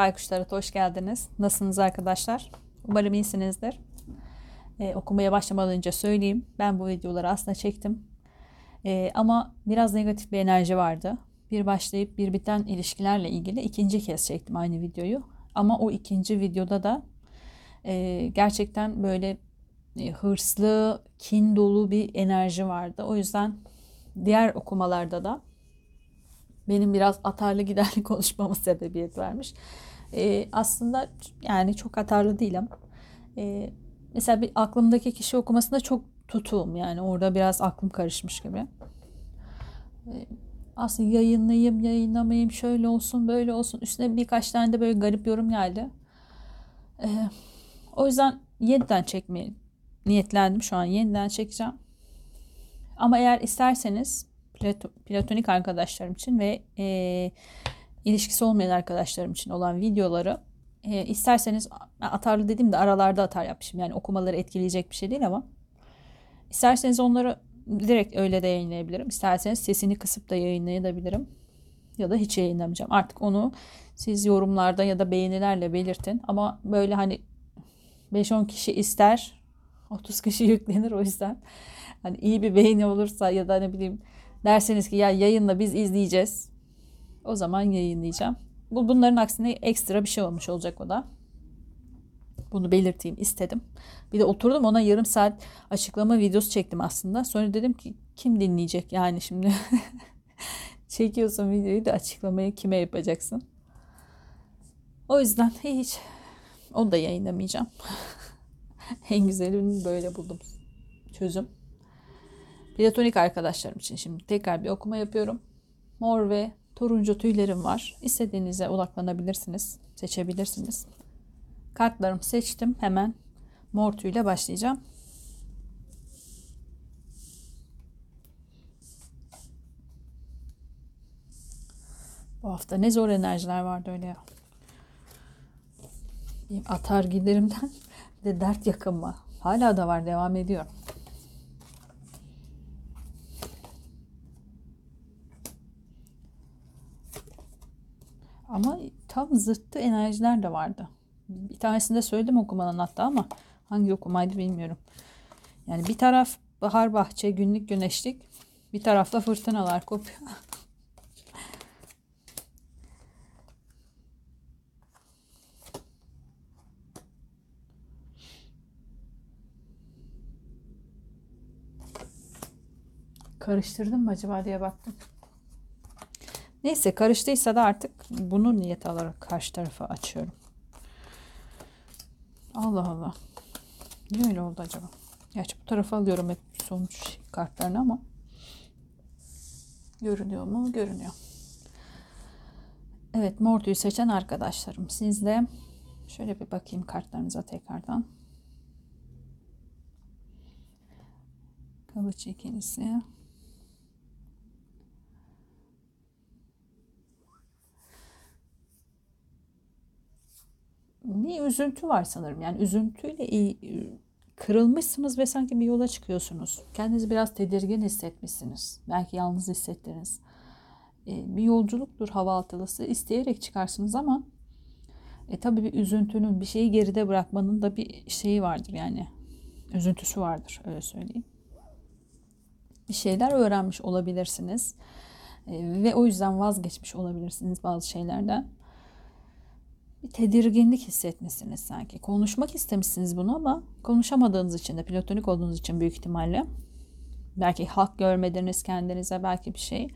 Baykuş Tarot'a hoş geldiniz. Nasılsınız arkadaşlar? Umarım iyisinizdir. Okumaya başlamadan önce söyleyeyim. Ben bu videoları aslında çektim. Ama biraz negatif bir enerji vardı. Bir başlayıp bir biten ilişkilerle ilgili ikinci kez çektim aynı videoyu. Ama o ikinci videoda da gerçekten böyle hırslı, kin dolu bir enerji vardı. O yüzden diğer okumalarda da benim biraz atarlı giderli konuşmama sebebiyet vermiş. Aslında yani çok atarlı değil ama mesela bir aklımdaki kişi okumasında çok tutuğum, yani orada biraz aklım karışmış gibi. E, Aslında yayınlayayım yayınlamayayım, şöyle olsun böyle olsun, üstüne birkaç tane de böyle garip yorum geldi. E, O yüzden yeniden çekmeye niyetlendim, şu an yeniden çekeceğim. Ama eğer isterseniz platonik arkadaşlarım için ve ilişkisi olmayan arkadaşlarım için olan videoları isterseniz, atarlı dediğimde aralarda atar yapmışım. Yani okumaları etkileyecek bir şey değil ama isterseniz onları direkt öyle de yayınlayabilirim. İsterseniz sesini kısıp da yayınlayabilirim. Ya da hiç yayınlamayacağım. Artık onu siz yorumlarda ya da beğenilerle belirtin. Ama böyle hani 5-10 kişi ister, 30 kişi yüklenir, o yüzden hani iyi bir beğeni olursa ya da ne bileyim derseniz ki ya yayınla biz izleyeceğiz, o zaman yayınlayacağım. Bunların aksine ekstra bir şey olmuş olacak o da. Bunu belirteyim istedim. Bir de oturdum ona yarım saat açıklama videosu çektim aslında. Sonra dedim ki kim dinleyecek yani şimdi. Çekiyorsun videoyu da açıklamayı kime yapacaksın? O yüzden hiç onu da yayınlamayacağım. En güzelini böyle buldum çözüm. Platonik arkadaşlarım için şimdi tekrar bir okuma yapıyorum. Mor ve turuncu tüylerim var. İstediğinize odaklanabilirsiniz, seçebilirsiniz. Kartlarımı seçtim. Hemen mor tüyle başlayacağım. Bu hafta ne zor enerjiler vardı öyle ya. Bir atar giderimden de dert yakınma. Hala da var, devam ediyor. Ama tam zıttı enerjiler de vardı. Bir tanesinde söyledim okumanın hatta, ama hangi okumaydı bilmiyorum. Yani bir taraf bahar bahçe, günlük güneşlik, bir tarafta fırtınalar kopuyor. Karıştırdım mı acaba diye baktım. Neyse, karıştıysa da artık bunu niyet alarak karşı tarafa açıyorum. Allah Allah. Niye öyle oldu acaba? Gerçi bu tarafa alıyorum hep sonuç kartlarını ama görünüyor mu? Görünüyor. Evet, mor tüyü seçen arkadaşlarım, siz de şöyle bir bakayım kartlarınıza tekrardan. Kılıç ikilisi. Bir üzüntü var sanırım. Yani üzüntüyle kırılmışsınız ve sanki bir yola çıkıyorsunuz. Kendinizi biraz tedirgin hissetmişsiniz. Belki yalnız hissettiniz. Bir yolculuktur hava İsteyerek çıkarsınız ama tabii bir üzüntünün, bir şeyi geride bırakmanın da bir şeyi vardır yani. Üzüntüsü vardır, öyle söyleyeyim. Bir şeyler öğrenmiş olabilirsiniz. Ve o yüzden vazgeçmiş olabilirsiniz bazı şeylerden. Bir tedirginlik hissetmişsiniz sanki. Konuşmak istemişsiniz bunu ama konuşamadığınız için de, platonik olduğunuz için büyük ihtimalle. Belki hak görmediniz kendinize, belki bir şey.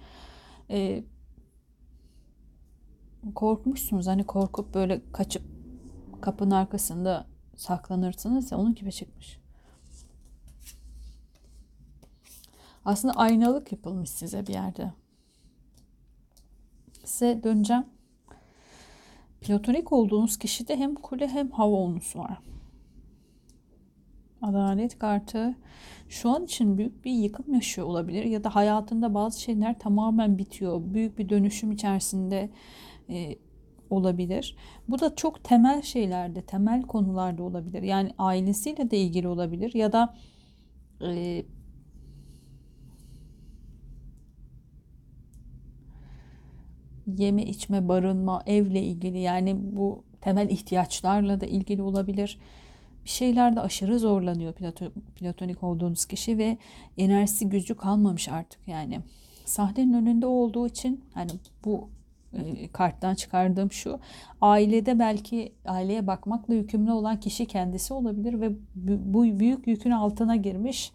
Korkmuşsunuz, hani korkup böyle kaçıp kapının arkasında saklanırsınız ya, onun gibi çıkmış. Aslında aynalık yapılmış size bir yerde. Size döneceğim. Platonik olduğunuz kişide hem kule hem hava olmusu var. Adalet kartı şu an için büyük bir yıkım yaşıyor olabilir ya da hayatında bazı şeyler tamamen bitiyor. Büyük bir dönüşüm içerisinde olabilir. Bu da çok temel şeylerde, temel konularda olabilir. Yani ailesiyle de ilgili olabilir ya da e, yeme içme, barınma, evle ilgili, yani bu temel ihtiyaçlarla da ilgili olabilir. Bir şeylerde aşırı zorlanıyor platonik olduğunuz kişi ve enerjisi gücü kalmamış artık yani. Sahnenin önünde olduğu için hani bu karttan çıkardığım şu: ailede belki aileye bakmakla yükümlü olan kişi kendisi olabilir ve bu büyük yükün altına girmiş.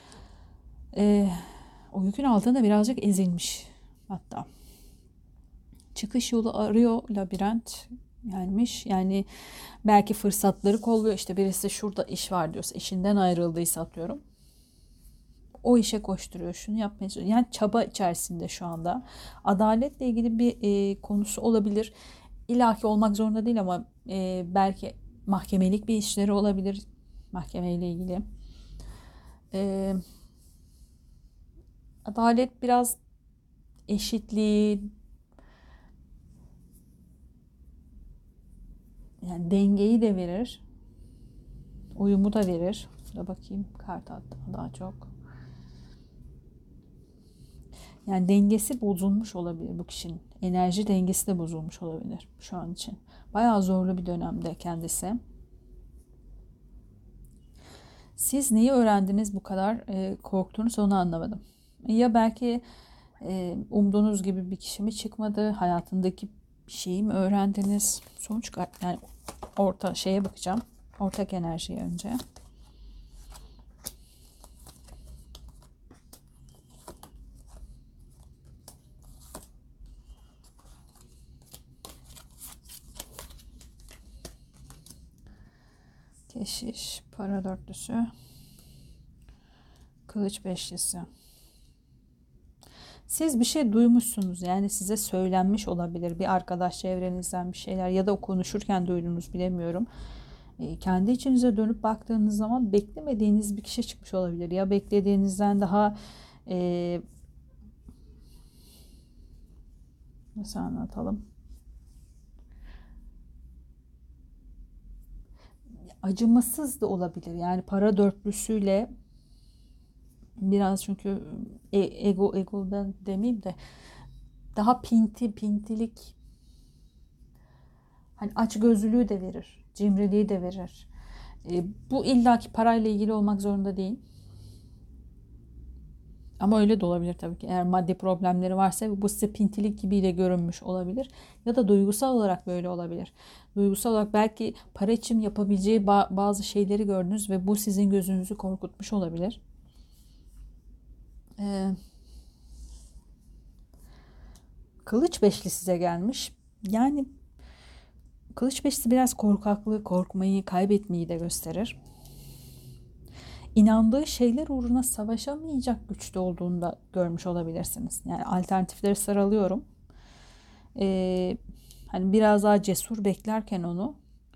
O yükün altında birazcık ezilmiş hatta. Çıkış yolu arıyor, labirent gelmiş. Yani belki fırsatları kolluyor. İşte birisi şurada iş var diyorsa, işinden ayrıldıysa atıyorum, o işe koşturuyor, şunu yapmaya çalışıyor. Yani çaba içerisinde şu anda. Adaletle ilgili bir konusu olabilir. İlla ki olmak zorunda değil ama belki mahkemelik bir işleri olabilir. Mahkemeyle ilgili. Adalet biraz eşitliği, yani dengeyi de verir. Uyumu da verir. Şurada bakayım kart attım daha çok. Yani dengesi bozulmuş olabilir bu kişinin. Enerji dengesi de bozulmuş olabilir şu an için. Bayağı zorlu bir dönemde kendisi. Siz neyi öğrendiniz bu kadar korktunuz, onu anlamadım. Ya belki umduğunuz gibi bir kişi mi çıkmadı? Hayatındaki bir şeyi mi öğrendiniz? Sonuç yani orta şeye bakacağım. Ortak enerjiye önce. Keşiş, para dörtlüsü, kılıç beşlisi. Siz bir şey duymuşsunuz, yani size söylenmiş olabilir bir arkadaş çevrenizden bir şeyler, ya da o konuşurken duydunuz, bilemiyorum. Kendi içinize dönüp baktığınız zaman beklemediğiniz bir kişi çıkmış olabilir, ya beklediğinizden daha nasıl anlatalım, acımasız da olabilir. Yani para dörtlüsüyle biraz, çünkü egodan demeyeyim de daha pintilik, hani açgözlülüğü de verir, cimriliği de verir. Bu illaki parayla ilgili olmak zorunda değil. Ama öyle de olabilir tabii ki. Eğer maddi problemleri varsa bu size pintilik gibi de görünmüş olabilir. Ya da duygusal olarak böyle olabilir. Duygusal olarak belki para için yapabileceği bazı şeyleri gördünüz ve bu sizin gözünüzü korkutmuş olabilir. Kılıç beşli size gelmiş. Yani kılıç beşlisi biraz korkaklığı, korkmayı, kaybetmeyi de gösterir. İnandığı şeyler uğruna savaşamayacak güçte olduğunu da görmüş olabilirsiniz. Yani alternatifleri sıralıyorum. Hani biraz daha cesur beklerken onu,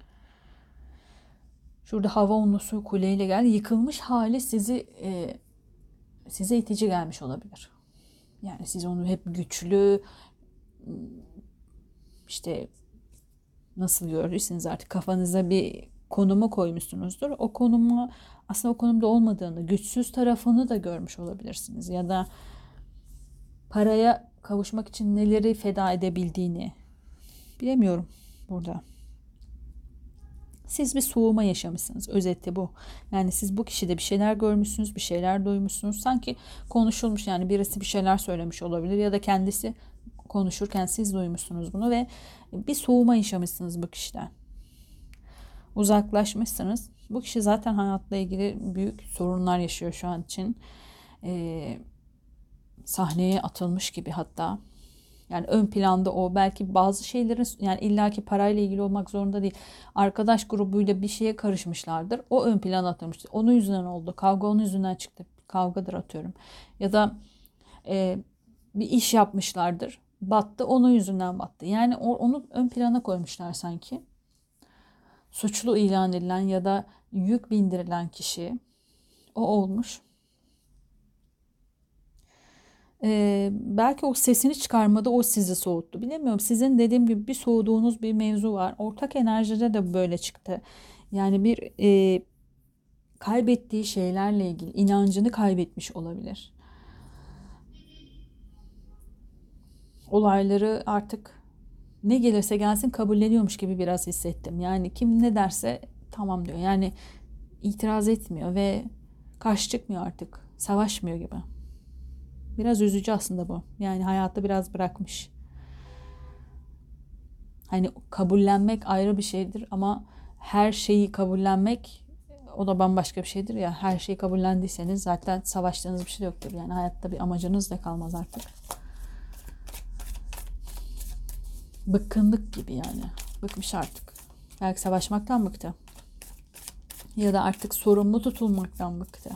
şurada hava unlusu kuleyle geldi. Yıkılmış hali size itici gelmiş olabilir. Yani siz onu hep güçlü, işte nasıl gördüyseniz artık kafanıza bir konumu koymuşsunuzdur. O konumu aslında o konumda olmadığını, güçsüz tarafını da görmüş olabilirsiniz. Ya da paraya kavuşmak için neleri feda edebildiğini, bilemiyorum burada. Siz bir soğuma yaşamışsınız. Özeti bu. Yani siz bu kişide bir şeyler görmüşsünüz, bir şeyler duymuşsunuz. Sanki konuşulmuş, yani birisi bir şeyler söylemiş olabilir ya da kendisi konuşurken siz duymuşsunuz bunu ve bir soğuma yaşamışsınız bu kişiden. Uzaklaşmışsınız. Bu kişi zaten hayatla ilgili büyük sorunlar yaşıyor şu an için. Sahneye atılmış gibi hatta. Yani ön planda o, belki bazı şeylerin, yani illaki parayla ilgili olmak zorunda değil. Arkadaş grubuyla bir şeye karışmışlardır. O ön plana atılmıştır. Onun yüzünden oldu. Kavga onun yüzünden çıktı. Kavgadır atıyorum. Ya da bir iş yapmışlardır. Battı, onun yüzünden battı. Yani onu ön plana koymuşlar sanki. Suçlu ilan edilen ya da yük bindirilen kişi o olmuş. Belki o sesini çıkarmadı, o sizi soğuttu. Bilemiyorum. Sizin dediğim gibi bir soğuduğunuz bir mevzu var. Ortak enerjide de böyle çıktı. Yani bir kaybettiği şeylerle ilgili inancını kaybetmiş olabilir. olayları artık ne gelirse gelsin kabulleniyormuş gibi biraz hissettim. Yani kim ne derse tamam diyor. Yani itiraz etmiyor ve karşı çıkmıyor artık. Savaşmıyor gibi. Biraz üzücü aslında bu. Yani hayatta biraz bırakmış. Hani kabullenmek ayrı bir şeydir ama her şeyi kabullenmek o da bambaşka bir şeydir ya. Her şeyi kabullendiyseniz zaten savaştığınız bir şey yoktur. Yani hayatta bir amacınız da kalmaz artık. Bıkkınlık gibi yani. Bıkmış artık. Belki savaşmaktan bıktı. Ya da artık sorumlu tutulmaktan bıktı.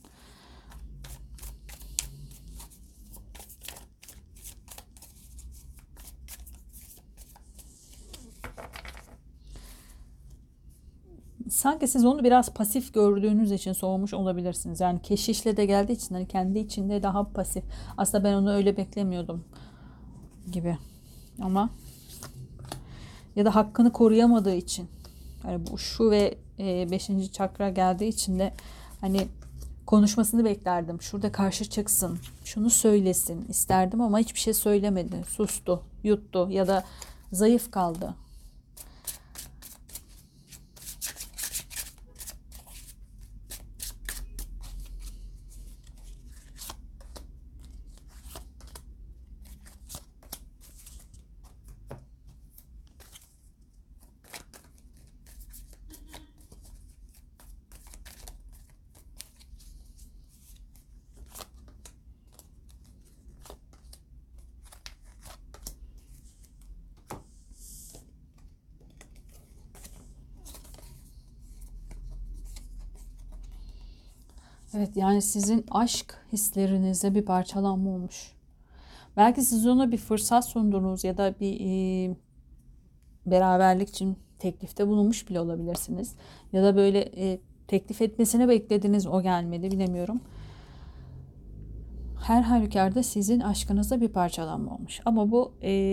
Sanki siz onu biraz pasif gördüğünüz için soğumuş olabilirsiniz. Yani keşişle de geldiği için hani kendi içinde daha pasif. Aslında ben onu öyle beklemiyordum gibi. Ama ya da hakkını koruyamadığı için. Yani bu şu ve 5. çakra geldiği için de hani konuşmasını beklerdim. Şurada karşı çıksın, şunu söylesin isterdim ama hiçbir şey söylemedi. Sustu, yuttu ya da zayıf kaldı. Evet yani sizin aşk hislerinize bir parçalanma olmuş. Belki siz ona bir fırsat sundunuz ya da bir beraberlik için teklifte bulunmuş bile olabilirsiniz. Ya da böyle teklif etmesini beklediniz o gelmedi bilemiyorum. Her halükarda sizin aşkınızda bir parçalanma olmuş. Ama bu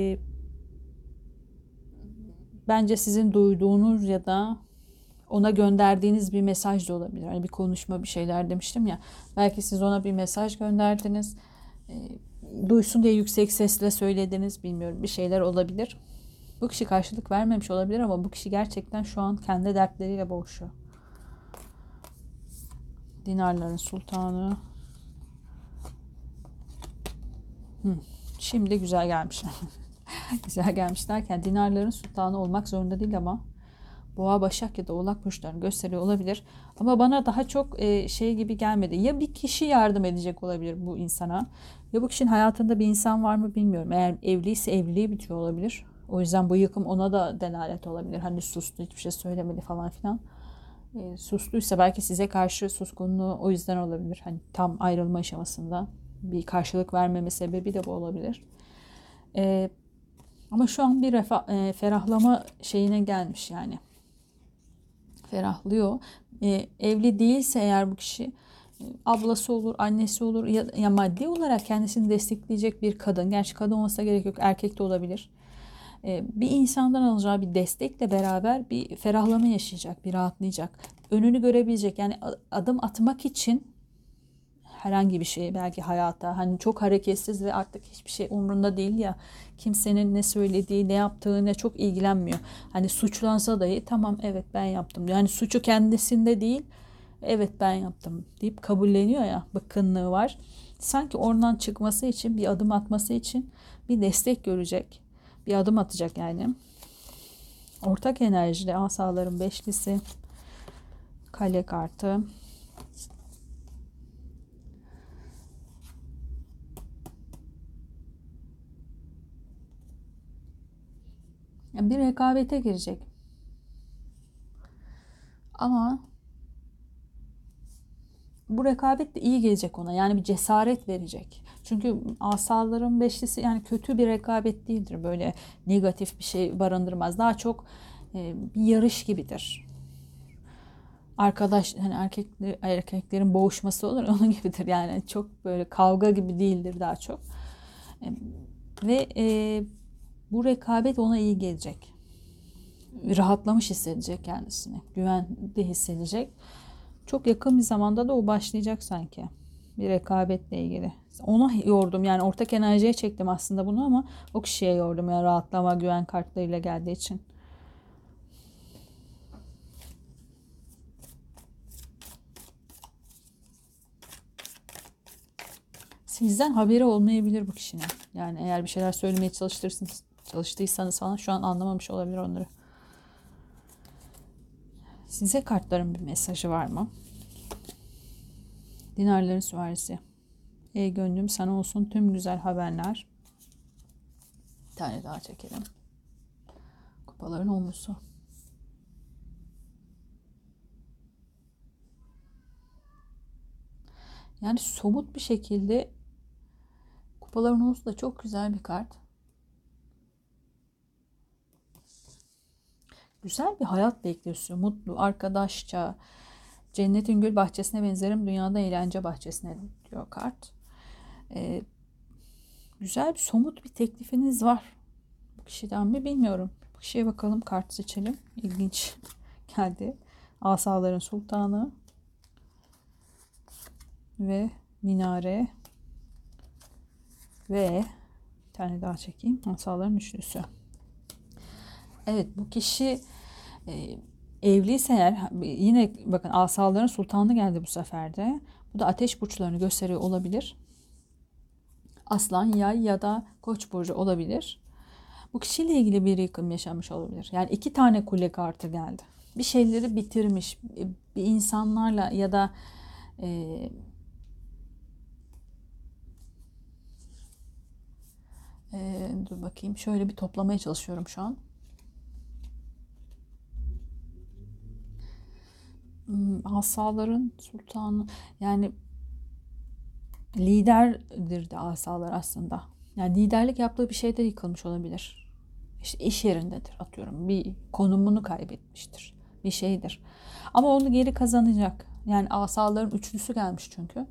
bence sizin duyduğunuz ya da ona gönderdiğiniz bir mesaj da olabilir. Hani bir konuşma bir şeyler demiştim ya. Belki siz ona bir mesaj gönderdiniz. E, Duysun diye yüksek sesle söylediniz. Bilmiyorum bir şeyler olabilir. Bu kişi karşılık vermemiş olabilir ama bu kişi gerçekten şu an kendi dertleriyle boğuşuyor. Dinarların sultanı. Şimdi güzel gelmiş. Güzel gelmiş derken dinarların sultanı olmak zorunda değil ama Boğa, Başak ya da Oğlak burçlarını gösteriyor olabilir. Ama bana daha çok şey gibi gelmedi. Ya bir kişi yardım edecek olabilir bu insana. Ya bu kişinin hayatında bir insan var mı bilmiyorum. Eğer evliyse evliliği bitiyor olabilir. O yüzden bu yıkım ona da delalet olabilir. Hani sustu, hiçbir şey söylemedi falan filan. Sustuysa belki size karşı suskunluğu o yüzden olabilir. Hani tam ayrılma aşamasında bir karşılık vermeme sebebi de bu olabilir. E, Ama şu an bir ferahlama şeyine gelmiş yani. Ferahlıyor. Evli değilse eğer bu kişi ablası olur, annesi olur ya maddi olarak kendisini destekleyecek bir kadın. Gerçi kadın olmasa gerek yok, erkek de olabilir. Bir insandan alacağı bir destekle beraber bir ferahlama yaşayacak, bir rahatlayacak. Önünü görebilecek. Yani adım atmak için herhangi bir şey belki hayata hani çok hareketsiz ve artık hiçbir şey umrunda değil ya, kimsenin ne söylediği ne yaptığı ne çok ilgilenmiyor. Hani suçlansa dahi tamam evet ben yaptım diyor. Yani suçu kendisinde değil, evet ben yaptım deyip kabulleniyor ya, bıkkınlığı var. Sanki oradan çıkması için bir adım atması için bir destek görecek, bir adım atacak yani. Ortak enerjide asaların beşlisi, kale kartı. Yani bir rekabete girecek. Ama bu rekabet de iyi gelecek ona. Yani bir cesaret verecek. Çünkü asaların beşlisi yani kötü bir rekabet değildir. Böyle negatif bir şey barındırmaz. Daha çok bir yarış gibidir. Arkadaş hani erkeklerin boğuşması olur onun gibidir. Yani çok böyle kavga gibi değildir daha çok. E, Ve bu rekabet ona iyi gelecek. Rahatlamış hissedecek kendisini. Güvende hissedecek. Çok yakın bir zamanda da o başlayacak sanki. Bir rekabetle ilgili. Ona yordum yani ortak enerjiye çektim aslında bunu ama o kişiye yordum yani rahatlama, güven kartlarıyla geldiği için. Sizden haberi olmayabilir bu kişinin. Yani eğer bir şeyler söylemeye çalıştıysanız falan şu an anlamamış olabilir onları. Size kartların bir mesajı var mı? Dinarların süvarisi. Ey gönlüm sana olsun tüm güzel haberler. Bir tane daha çekelim. Kupaların olmuşsa. Yani somut bir şekilde kupaların olması da çok güzel bir kart. Güzel bir hayat bekliyorsun. Mutlu, arkadaşça. Cennetin gül bahçesine benzerim. Dünyada eğlence bahçesine diyor kart. Güzel bir somut bir teklifiniz var. Bu kişiden mi bilmiyorum. Bu kişiye bakalım kart seçelim. İlginç geldi. Asaların sultanı ve minare ve bir tane daha çekeyim. Asaların üçlüsü. Evet bu kişi evliyse eğer yine bakın asaların sultanı geldi bu sefer de. Bu da ateş burçlarını gösteriyor olabilir. Aslan, yay ya da koç burcu olabilir. Bu kişiyle ilgili bir yıkım yaşamış olabilir. Yani 2 tane kule kartı geldi. Bir şeyleri bitirmiş. Bir insanlarla ya da dur bakayım. Şöyle bir toplamaya çalışıyorum şu an. Asaların sultanı yani liderdir de asalar aslında. Yani liderlik yaptığı bir şeyde yıkılmış olabilir. İşte iş yerindedir atıyorum. Bir konumunu kaybetmiştir. Bir şeydir. Ama onu geri kazanacak. Yani asaların üçlüsü gelmiş çünkü.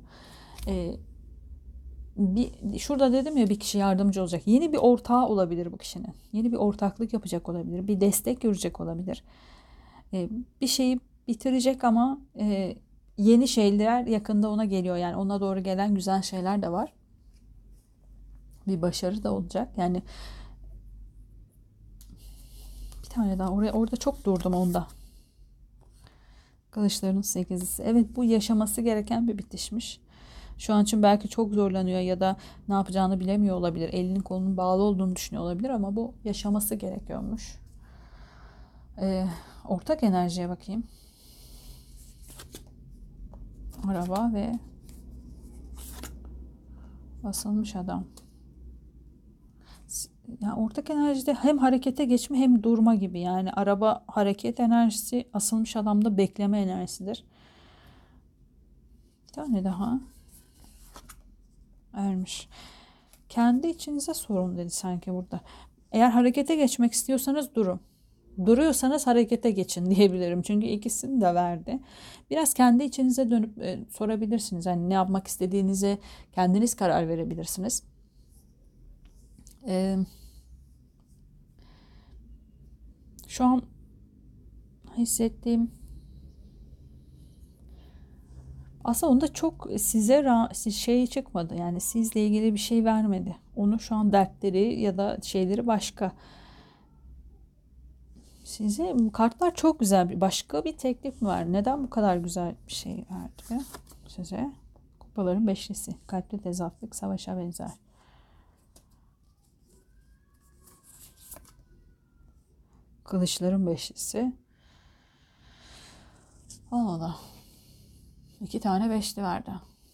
Şurada dedim ya bir kişi yardımcı olacak. Yeni bir ortağı olabilir bu kişinin. Yeni bir ortaklık yapacak olabilir. Bir destek görecek olabilir. Bir şeyi bitirecek ama yeni şeyler yakında ona geliyor. Yani ona doğru gelen güzel şeyler de var. Bir başarı da olacak. Yani bir tane daha orada çok durdum onda. Kılıçların sekizlisi. Evet bu yaşaması gereken bir bitişmiş. Şu an için belki çok zorlanıyor ya da ne yapacağını bilemiyor olabilir. Elinin kolunun bağlı olduğunu düşünüyor olabilir ama bu yaşaması gerekiyormuş. Ortak enerjiye bakayım. Araba ve basılmış adam. Yani ortak enerjide hem harekete geçme hem durma gibi. Yani araba hareket enerjisi, asılmış adamda bekleme enerjisidir. Bir tane daha. Ermiş. Kendi içinize sorun dedi sanki burada. Eğer harekete geçmek istiyorsanız durun. Duruyorsanız harekete geçin diyebilirim. Çünkü ikisini de verdi. Biraz kendi içinize dönüp sorabilirsiniz. Yani ne yapmak istediğinize kendiniz karar verebilirsiniz. Şu an hissettiğim aslında onda çok size şey çıkmadı. Yani sizle ilgili bir şey vermedi. Onu şu an dertleri ya da şeyleri başka. Size kartlar çok güzel. Başka bir teklif mi var? Neden bu kadar güzel bir şey verdi size? Kupaların beşlisi. Kalpli tezatlık savaşa benzer. Kılıçların beşlisi. Allah. 2 tane beşli verdi.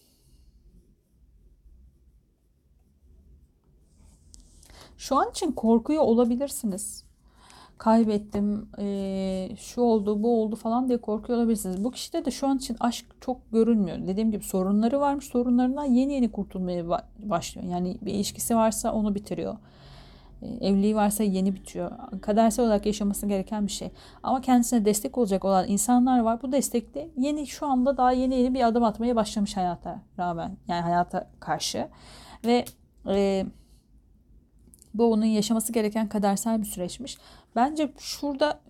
Şu an için korkuyor olabilirsiniz. Kaybettim, şu oldu, bu oldu falan diye korkuyor olabilirsiniz. Bu kişide de şu an için aşk çok görünmüyor. Dediğim gibi sorunları varmış. Sorunlarından yeni yeni kurtulmaya başlıyor. Yani bir ilişkisi varsa onu bitiriyor. Evliliği varsa yeni bitiyor. Kadersel olarak yaşaması gereken bir şey. Ama kendisine destek olacak olan insanlar var. Bu destekte şu anda daha yeni bir adım atmaya başlamış hayata rağmen. Yani hayata karşı. Ve bu onun yaşaması gereken kadersel bir süreçmiş. Bence şurada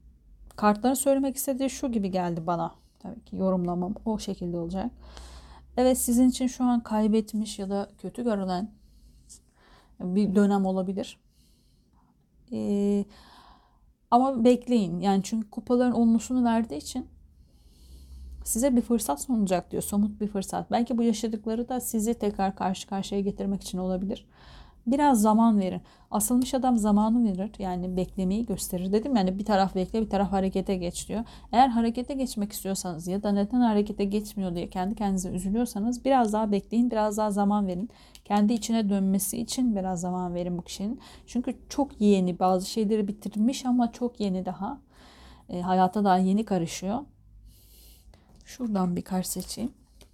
kartların söylemek istediği şu gibi geldi bana. Tabii ki yorumlamam o şekilde olacak. Evet, sizin için şu an kaybetmiş ya da kötü görülen bir dönem olabilir. Ee, Ama bekleyin. Yani çünkü kupaların onlusunu verdiği için size bir fırsat sunacak diyor. Somut bir fırsat. Belki bu yaşadıkları da sizi tekrar karşı karşıya getirmek için olabilir. Biraz zaman verin. Asılmış adam zamanı verir. Yani beklemeyi gösterir dedim. Yani bir taraf bekle, bir taraf harekete geç diyor. Eğer harekete geçmek istiyorsanız ya da neden harekete geçmiyor diye kendi kendinize üzülüyorsanız biraz daha bekleyin, biraz daha zaman verin. Kendi içine dönmesi için biraz zaman verin bu kişinin. Çünkü çok yeni, bazı şeyleri bitirmiş ama çok yeni daha. Hayata daha yeni karışıyor. Şuradan bir kart seçeyim.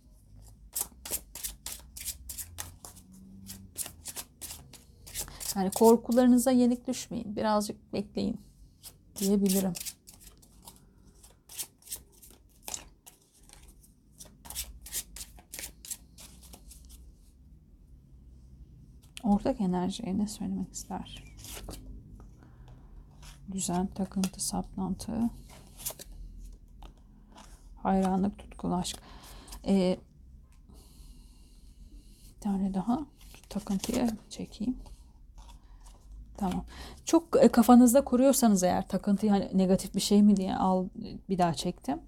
Yani korkularınıza yenik düşmeyin. Birazcık bekleyin diyebilirim. Ortak enerjiye ne söylemek ister? Düzen, takıntı, saplantı, hayranlık, tutkulu aşk. Bir tane daha takıntıya çekeyim. Tamam. Çok kafanızda kuruyorsanız eğer takıntıyı hani negatif bir şey mi diye bir daha çektim.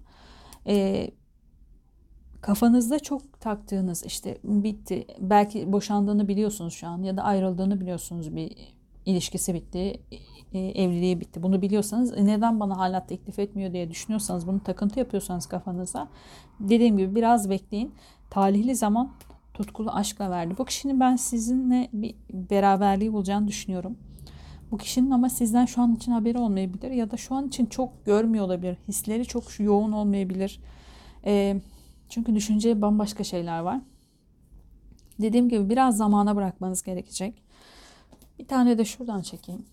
Kafanızda çok taktığınız işte bitti. Belki boşandığını biliyorsunuz şu an ya da ayrıldığını biliyorsunuz, bir ilişkisi bitti, evliliği bitti. Bunu biliyorsanız neden bana hala teklif etmiyor diye düşünüyorsanız, bunu takıntı yapıyorsanız kafanıza, dediğim gibi biraz bekleyin. Talihli zaman tutkulu aşkla verdi. Bu kişinin ben sizinle bir beraberliği olacağını düşünüyorum. Bu kişinin ama sizden şu an için haberi olmayabilir ya da şu an için çok görmüyor olabilir. Hisleri çok yoğun olmayabilir. Çünkü düşünceye bambaşka şeyler var. Dediğim gibi biraz zamana bırakmanız gerekecek. Bir tane de şuradan çekeyim.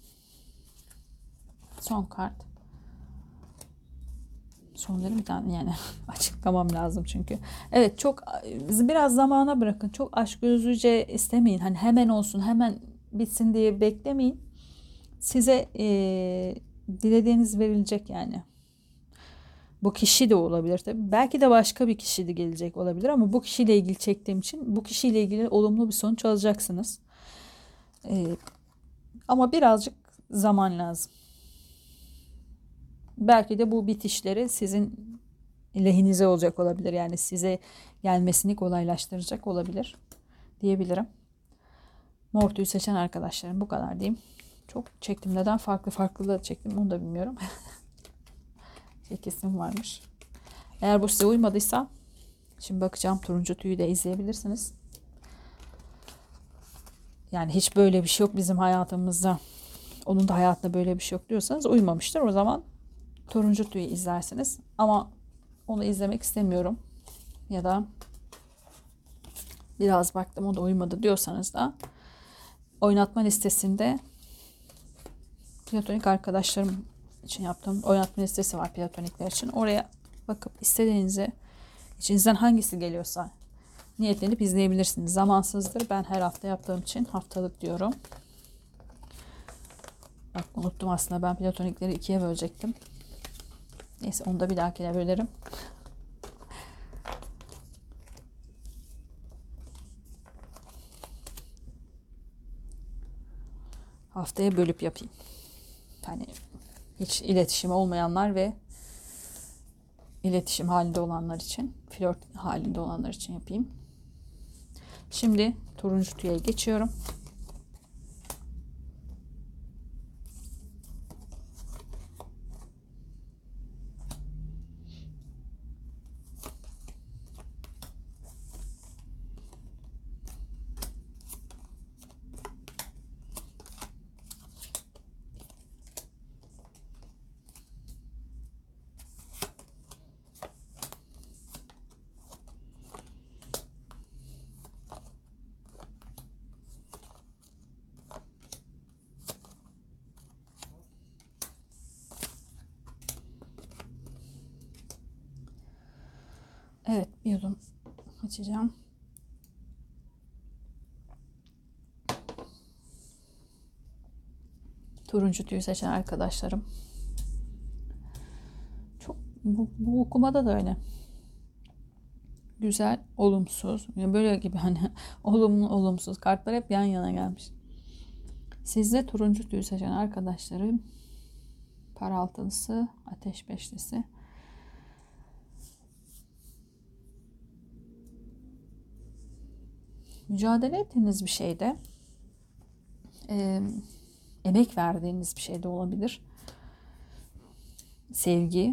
Son kart. Sonları bir tane yani açıklamam lazım çünkü. Evet, çok biraz zamana bırakın. Çok aşkgözlüce istemeyin. Hani hemen olsun, hemen bitsin diye beklemeyin. Size dilediğiniz verilecek yani. Bu kişi de olabilir tabii. Belki de başka bir kişi de gelecek olabilir ama bu kişiyle ilgili çektiğim için bu kişiyle ilgili olumlu bir sonuç alacaksınız. Ama birazcık zaman lazım. Belki de bu bitişleri sizin lehinize olacak olabilir. Yani size gelmesini kolaylaştıracak olabilir diyebilirim. Mortu'yu seçen arkadaşlarım bu kadar diyeyim. Çok çektim. Neden farklı da çektim onu da bilmiyorum. Kesin varmış. Eğer bu size uymadıysa şimdi bakacağım, turuncu tüyü de izleyebilirsiniz. Yani hiç böyle bir şey yok bizim hayatımızda. Onun da hayatında böyle bir şey yok diyorsanız uymamıştır. O zaman turuncu tüyü izlersiniz. Ama onu izlemek istemiyorum. Ya da biraz baktım o da uymadı diyorsanız da oynatma listesinde platonik arkadaşlarım için yaptığım oynatma listesi var platonikler için. Oraya bakıp istediğinizi, içinizden hangisi geliyorsa niyetlenip izleyebilirsiniz. Zamansızdır. Ben her hafta yaptığım için haftalık diyorum. Bak unuttum, aslında ben platonikleri ikiye bölecektim. Neyse onu da bir dahakine bölerim. Haftaya bölüp yapayım. Yani hiç iletişim olmayanlar ve iletişim halinde olanlar için, flört halinde olanlar için yapayım. Şimdi turuncu tüye geçiyorum. Evet, bir yudum açacağım. Turuncu tüyü seçen arkadaşlarım. Çok bu okumada da öyle. güzel, olumsuz. Yani böyle gibi hani olumlu, olumsuz kartlar hep yan yana gelmiş. Sizde turuncu tüy seçen arkadaşlarım, para altılısı, ateş beşlisi. Mücadele ettiğiniz bir şeyde, emek verdiğiniz bir şey de olabilir. Sevgi.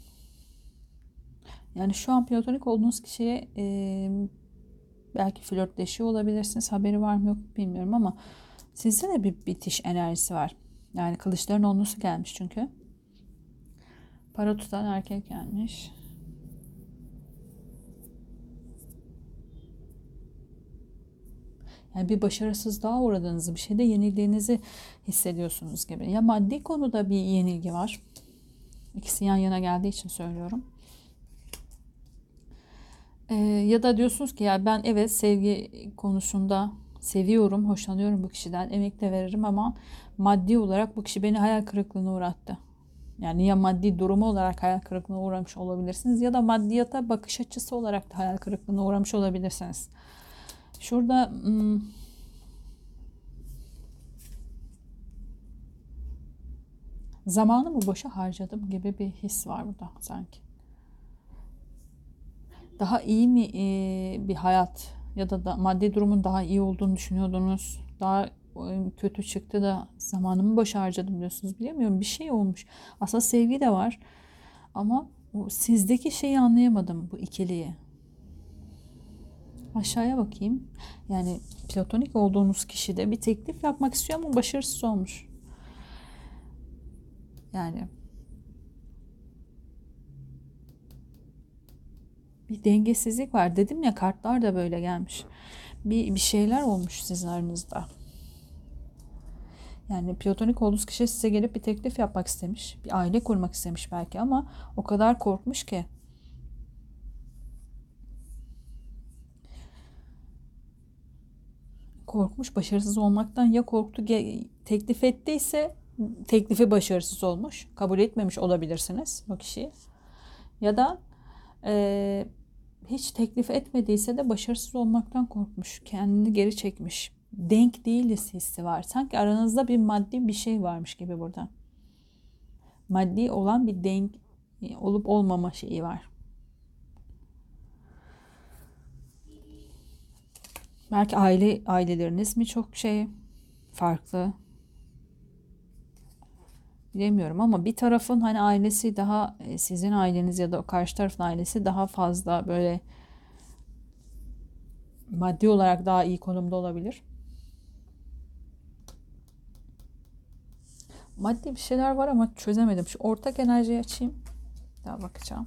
Yani şu an platonik olduğunuz kişiye belki flörtleşiyor olabilirsiniz. Haberi var mı yok bilmiyorum ama sizde de bir bitiş enerjisi var. Yani kılıçların onlusu gelmiş çünkü. Para tutan erkek gelmiş. Yani bir başarısızlığa uğradığınızı, bir şeyde yenildiğinizi hissediyorsunuz gibi. Ya maddi konuda bir yenilgi var. İkisi yan yana geldiği için söylüyorum. Ya da diyorsunuz ki ya ben evet sevgi konusunda seviyorum, hoşlanıyorum bu kişiden, emek de veririm ama maddi olarak bu kişi beni hayal kırıklığına uğrattı. Yani ya maddi durumu olarak hayal kırıklığına uğramış olabilirsiniz ya da maddiyata bakış açısı olarak da hayal kırıklığına uğramış olabilirsiniz. Şurada zamanımı boşa harcadım gibi bir his var burada sanki. Daha iyi mi bir hayat ya da maddi durumun daha iyi olduğunu düşünüyordunuz? Daha kötü çıktı da zamanımı boşa harcadım diyorsunuz. Bilemiyorum, bir şey olmuş. Aslında sevgi de var ama o sizdeki şeyi anlayamadım, bu ikiliyi. Aşağıya bakayım. Yani platonik olduğunuz kişi de bir teklif yapmak istiyor ama başarısız olmuş. Yani bir dengesizlik var. Dedim ya, kartlar da böyle gelmiş. Bir şeyler olmuş sizin aranızda. Yani platonik olduğunuz kişi size gelip bir teklif yapmak istemiş. Bir aile kurmak istemiş belki ama o kadar korkmuş ki. Korkmuş başarısız olmaktan, ya korktu teklif ettiyse teklifi başarısız olmuş. Kabul etmemiş olabilirsiniz o kişiyi. Ya da e, hiç teklif etmediyse de başarısız olmaktan korkmuş. Kendini geri çekmiş. Denk değiliz hissi var. Sanki aranızda bir maddi bir şey varmış gibi burada. Maddi olan bir denk olup olmama şeyi var. Belki aileleriniz mi çok farklı, bilemiyorum ama bir tarafın hani ailesi daha sizin aileniz ya da o karşı tarafın ailesi daha fazla böyle maddi olarak daha iyi konumda olabilir. Maddi bir şeyler var ama çözemedim. Şu ortak enerjiyi açayım. Daha bakacağım.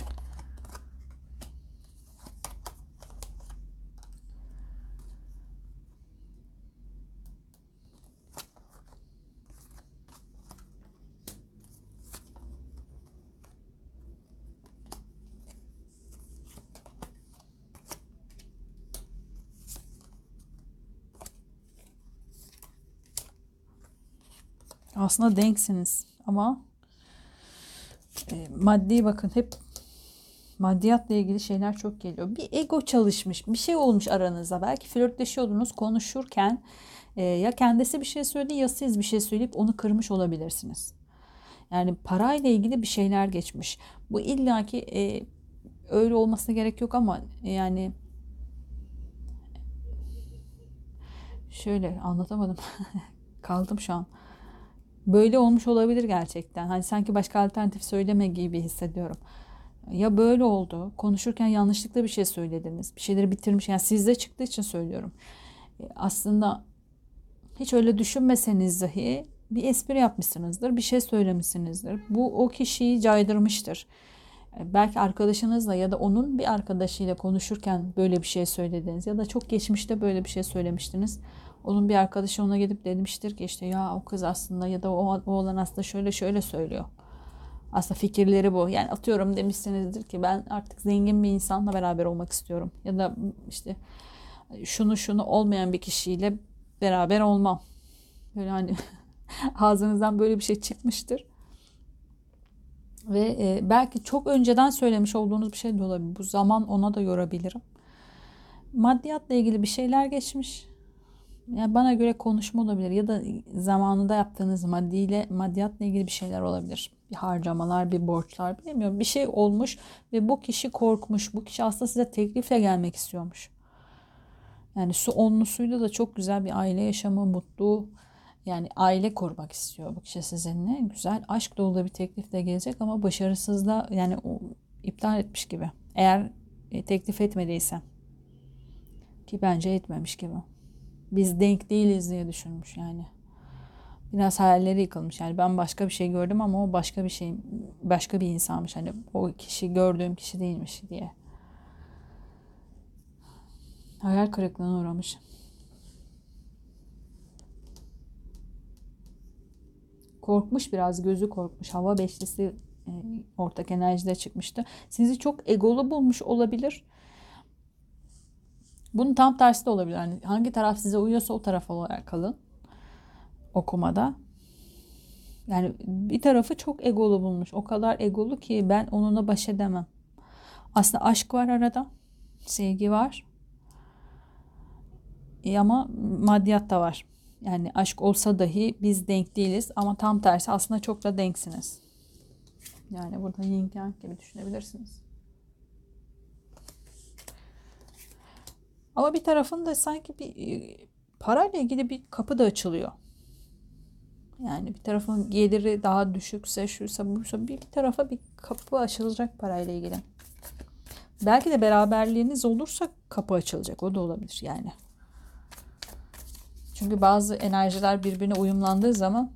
Aslında denksiniz ama maddi, bakın hep maddiyatla ilgili şeyler çok geliyor. Bir ego çalışmış, bir şey olmuş aranızda. Belki flörtleşiyordunuz, konuşurken ya kendisi bir şey söyledi ya siz bir şey söyleyip onu kırmış olabilirsiniz. Yani parayla ilgili bir şeyler geçmiş. Bu illaki öyle olmasına gerek yok ama yani şöyle anlatamadım. Kaldım şu an. Böyle olmuş olabilir gerçekten. Hani sanki başka alternatif söyleme gibi hissediyorum. Ya böyle oldu. Konuşurken yanlışlıkla bir şey söylediniz. Bir şeyleri bitirmiş. Yani sizde çıktığı için söylüyorum. Aslında hiç öyle düşünmeseniz dahi bir espri yapmışsınızdır. Bir şey söylemişsinizdir. Bu o kişiyi caydırmıştır. Belki arkadaşınızla ya da onun bir arkadaşıyla konuşurken böyle bir şey söylediniz. Ya da çok geçmişte böyle bir şey söylemiştiniz. Onun bir arkadaşı ona gidip demiştir ki işte ya o kız aslında ya da o oğlan aslında şöyle şöyle söylüyor. Aslında fikirleri bu. Yani atıyorum demişsinizdir ki ben artık zengin bir insanla beraber olmak istiyorum. Ya da işte şunu olmayan bir kişiyle beraber olmam. Böyle hani ağzınızdan böyle bir şey çıkmıştır. Ve belki çok önceden söylemiş olduğunuz bir şey de olabilir. Bu zaman ona da yorabilirim. Maddiyatla ilgili bir şeyler geçmiş. Yani bana göre konuşma olabilir ya da zamanında yaptığınız maddiyatla ilgili bir şeyler olabilir. Bir harcamalar, bir borçlar, bilmiyorum. Bir şey olmuş ve bu kişi korkmuş. Bu kişi aslında size teklifle gelmek istiyormuş. Yani su onlusuyla da çok güzel bir aile yaşamı, mutlu, yani aile kurmak istiyor bu kişi sizinle. Güzel, aşk dolu da bir teklifle gelecek ama başarısızla, yani o iptal etmiş gibi. Eğer teklif etmediyse, ki bence etmemiş gibi. Biz denk değiliz diye düşünmüş yani. Biraz hayalleri yıkılmış. Yani ben başka bir şey gördüm ama o başka bir şey, başka bir insanmış. Hani o kişi gördüğüm kişi değilmiş diye. Hayal kırıklığına uğramış. Korkmuş, biraz gözü korkmuş. Hava beşlisi ortak enerjide çıkmıştı. Sizi çok egolu bulmuş olabilir. Bunun tam tersi de olabilir. Yani hangi taraf size uyuyorsa o taraf olarak kalın okumada. Yani bir tarafı çok egolu bulmuş. O kadar egolu ki ben onunla baş edemem. Aslında aşk var arada. Sevgi var. Ama maddiyat da var. Yani aşk olsa dahi biz denk değiliz. Ama tam tersi aslında çok da denksiniz. Yani burada yin yang gibi düşünebilirsiniz. Ama bir tarafında sanki bir parayla ilgili bir kapı da açılıyor. Yani bir tarafın geliri daha düşükse, şuysa buysa bir tarafa bir kapı açılacak parayla ilgili. Belki de beraberliğiniz olursa kapı açılacak. O da olabilir yani. Çünkü bazı enerjiler birbirine uyumlandığı zaman,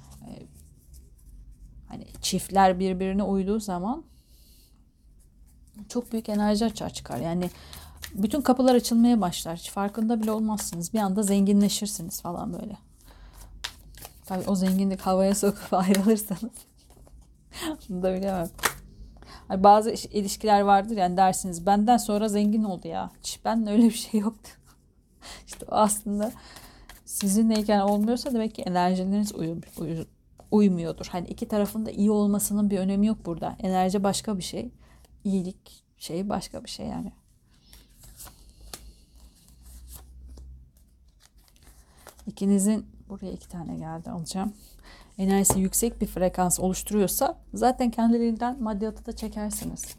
hani çiftler birbirine uyduğu zaman çok büyük enerji açığa çıkar. Yani bütün kapılar açılmaya başlar. Hiç farkında bile olmazsınız. Bir anda zenginleşirsiniz falan böyle. Tabii o zenginlik havaya sokup ayrılırsanız. Bunu da bilemem. Hani bazı ilişkiler vardır yani, dersiniz benden sonra zengin oldu ya. Hiç bende öyle bir şey yoktu. İşte o aslında sizinleyken olmuyorsa demek ki enerjileriniz uymuyordur. Hani iki tarafın da iyi olmasının bir önemi yok burada. Enerji başka bir şey. İyilik şey başka bir şey yani. İkinizin, buraya 2 tane geldi, alacağım. Enerjisi yüksek bir frekans oluşturuyorsa zaten kendilerinden maddiyatı da çekersiniz.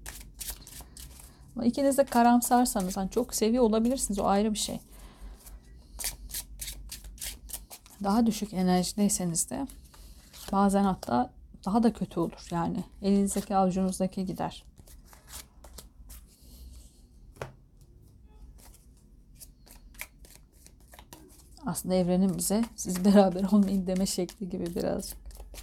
Ama ikiniz de karamsarsanız, hani çok seviyor olabilirsiniz, o ayrı bir şey. Daha düşük enerjideyseniz de bazen hatta daha da kötü olur yani. Elinizdeki avucunuzdaki gider. Aslında evrenin bize siz beraber olmayın deme şekli gibi birazcık.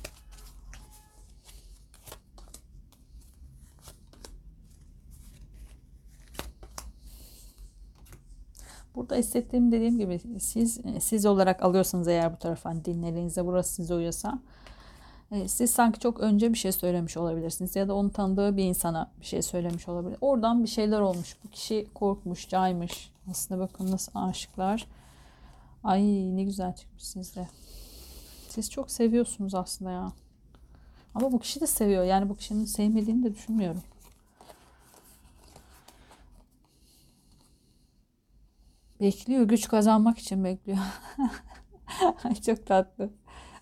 Burada hissettiğim, dediğim gibi, siz olarak alıyorsanız eğer bu tarafa, hani dinlediğinizde burası size uyuyorsa, siz sanki çok önce bir şey söylemiş olabilirsiniz ya da onu tanıdığı bir insana bir şey söylemiş olabilir. Oradan bir şeyler olmuş. Bu kişi korkmuş, caymış. Aslında bakın nasıl aşıklar. Ay ne güzel çıkmış sizde. Siz çok seviyorsunuz aslında ya. Ama bu kişi de seviyor. Yani bu kişinin sevmediğini de düşünmüyorum. Bekliyor. Güç kazanmak için bekliyor. Ay çok tatlı.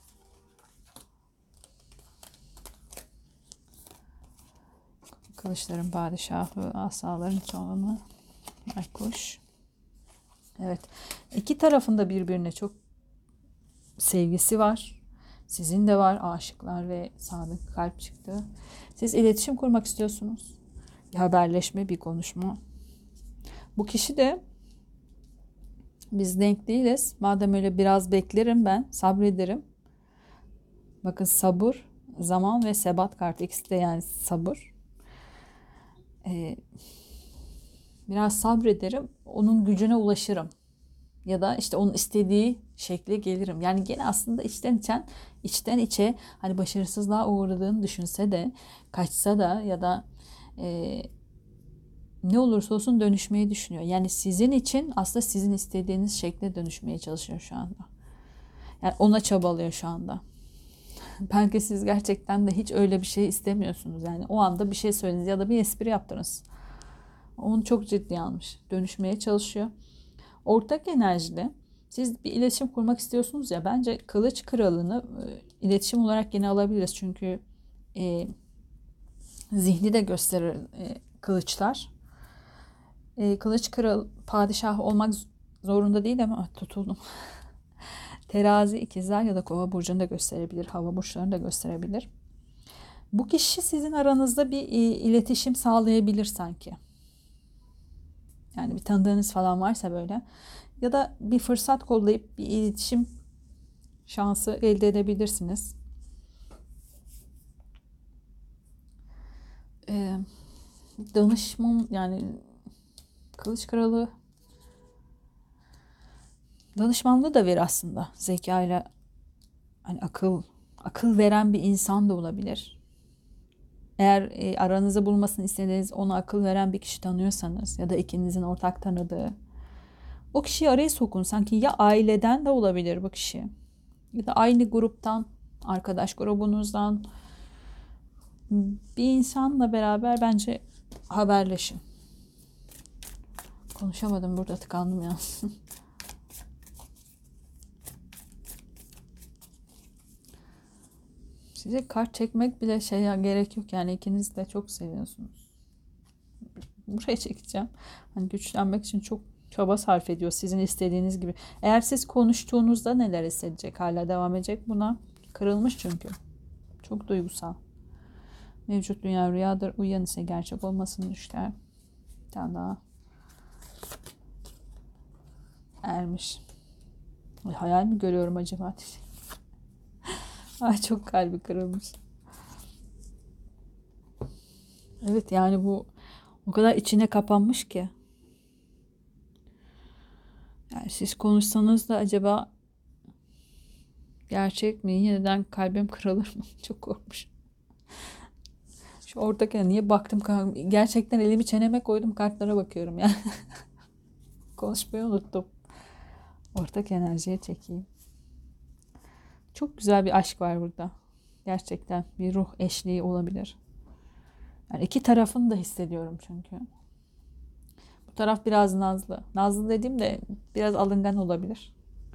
Kılıçların padişahı, asaların çoğunu. Ay kuş. Evet. İki tarafında birbirine çok sevgisi var. Sizin de var. Aşıklar ve sadık kalp çıktı. Siz iletişim kurmak istiyorsunuz. Bir haberleşme, bir konuşma. Bu kişi de biz denk değiliz. Madem öyle biraz beklerim ben, sabrederim. Bakın sabır, zaman ve sebat kartı. İkisi de yani sabır. Biraz sabrederim. Onun gücüne ulaşırım. Ya da işte onun istediği şekle gelirim. Yani gene aslında içten içe hani başarısızlığa uğradığını düşünse de, kaçsa da ya da ne olursa olsun dönüşmeyi düşünüyor. Yani sizin için aslında sizin istediğiniz şekle dönüşmeye çalışıyor şu anda. Yani ona çabalıyor şu anda. Belki siz gerçekten de hiç öyle bir şey istemiyorsunuz. Yani o anda bir şey söylediniz ya da bir espri yaptınız. Onu çok ciddi almış. Dönüşmeye çalışıyor. Ortak enerjili. Siz bir iletişim kurmak istiyorsunuz ya. Bence Kılıç Kralı'nı iletişim olarak yine alabiliriz. Çünkü zihni de gösterir kılıçlar. Kılıç Kral padişah olmak zorunda değil ama tutuldum. Terazi, ikizler ya da kova burcunu da gösterebilir. Hava burçlarını da gösterebilir. Bu kişi sizin aranızda bir iletişim sağlayabilir sanki. Yani bir tanıdığınız falan varsa böyle. Ya da bir fırsat kollayıp bir iletişim şansı elde edebilirsiniz. Danışman yani Kılıç Kralı danışmanlığı da verir aslında. Zekayla hani akıl veren bir insan da olabilir. Eğer aranızı bulmasını istediğiniz ona akıl veren bir kişi tanıyorsanız ya da ikinizin ortak tanıdığı o kişiyi araya sokun. Sanki ya aileden de olabilir bu kişi ya da aynı gruptan, arkadaş grubunuzdan bir insanla beraber bence haberleşin. Konuşamadım, burada tıkandım ya. Size kart çekmek bile gerek yok. Yani ikiniz de çok seviyorsunuz. Buraya çekeceğim. Hani güçlenmek için çok çaba sarf ediyor sizin istediğiniz gibi. Eğer siz konuştuğunuzda neler hissedecek? Hala devam edecek buna. Kırılmış çünkü. Çok duygusal. Mevcut dünya rüyadır. Uyan ise gerçek olmasını ister. Bir tane daha. Ermiş. Hayal mi görüyorum acaba? Ay çok kalbi kırılmış. Evet yani bu o kadar içine kapanmış ki. Yani siz konuşsanız da acaba gerçek mi? Yeniden kalbim kırılır mı? Çok korkmuş. Şu ortaki niye baktım? Gerçekten elimi çeneme koydum, kartlara bakıyorum ya. Konuşmayı unuttum. Ortak enerjiye çekeyim. Çok güzel bir aşk var burada. Gerçekten bir ruh eşliği olabilir. Yani iki tarafını da hissediyorum çünkü. Bu taraf biraz nazlı. Nazlı dediğim de biraz alıngan olabilir.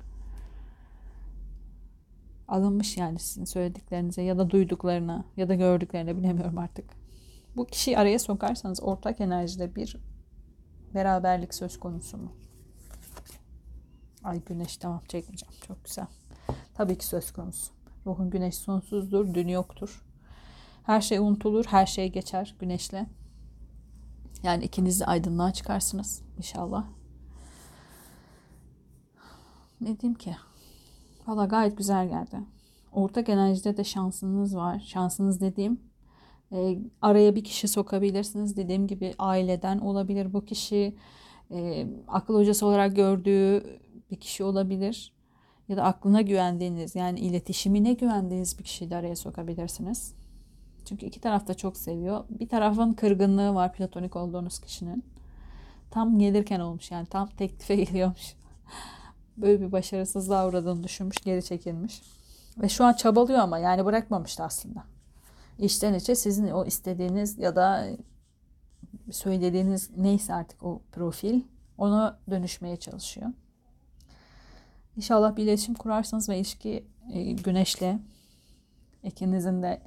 Alınmış yani sizin söylediklerinize ya da duyduklarına ya da gördüklerine, bilemiyorum artık. Bu kişiyi araya sokarsanız ortak enerjide bir beraberlik söz konusu mu? Ay güneş, tamam çekmeyeceğim. Çok güzel. Tabii ki söz konusu. Ruhun güneş sonsuzdur, dün yoktur. Her şey unutulur, her şey geçer güneşle. Yani ikiniz de aydınlığa çıkarsınız inşallah. Ne diyeyim ki? Valla gayet güzel geldi. Ortak enerjide de şansınız var. Şansınız dediğim araya bir kişi sokabilirsiniz. Dediğim gibi aileden olabilir bu kişi. Akıl hocası olarak gördüğü bir kişi olabilir. Ya da aklına güvendiğiniz, yani iletişimine güvendiğiniz bir kişiyi de araya sokabilirsiniz. Çünkü iki taraf da çok seviyor. Bir tarafın kırgınlığı var platonik olduğunuz kişinin. Tam gelirken olmuş, yani tam teklife geliyormuş. Böyle bir başarısızlığa uğradığını düşünmüş, geri çekilmiş. Ve şu an çabalıyor ama yani bırakmamıştı aslında. İçten içe sizin o istediğiniz ya da söylediğiniz neyse artık o profil, ona dönüşmeye çalışıyor. İnşallah bir iletişim kurarsanız ve ilişki güneşle ikinizin de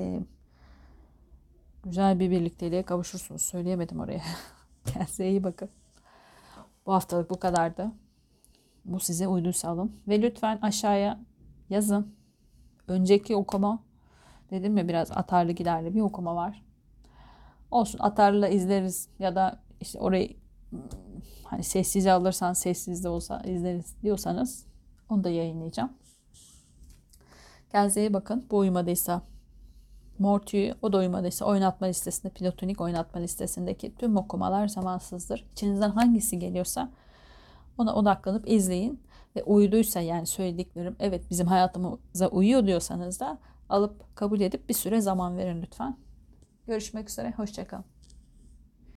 güzel bir birlikteliğe kavuşursunuz. Söyleyemedim oraya. Kendinize iyi bakın. Bu haftalık bu kadardı. Bu size uyduysa alın. Ve lütfen aşağıya yazın. Önceki okuma, dedim ya, biraz atarlı giderli bir okuma var. Olsun, atarlı izleriz ya da işte orayı hani sessize alırsan, sessiz de olsa izleriz diyorsanız onu da yayınlayacağım. Kendinize iyi bakın. Bu uymadıysa mor tüyü, o da uymadıysa oynatma listesinde, platonik oynatma listesindeki tüm okumalar zamansızdır. İçinizden hangisi geliyorsa ona odaklanıp izleyin. Ve uyduysa, yani söylediklerim evet bizim hayatımıza uyuyor diyorsanız da alıp kabul edip bir süre zaman verin lütfen. Görüşmek üzere. Hoşça kalın.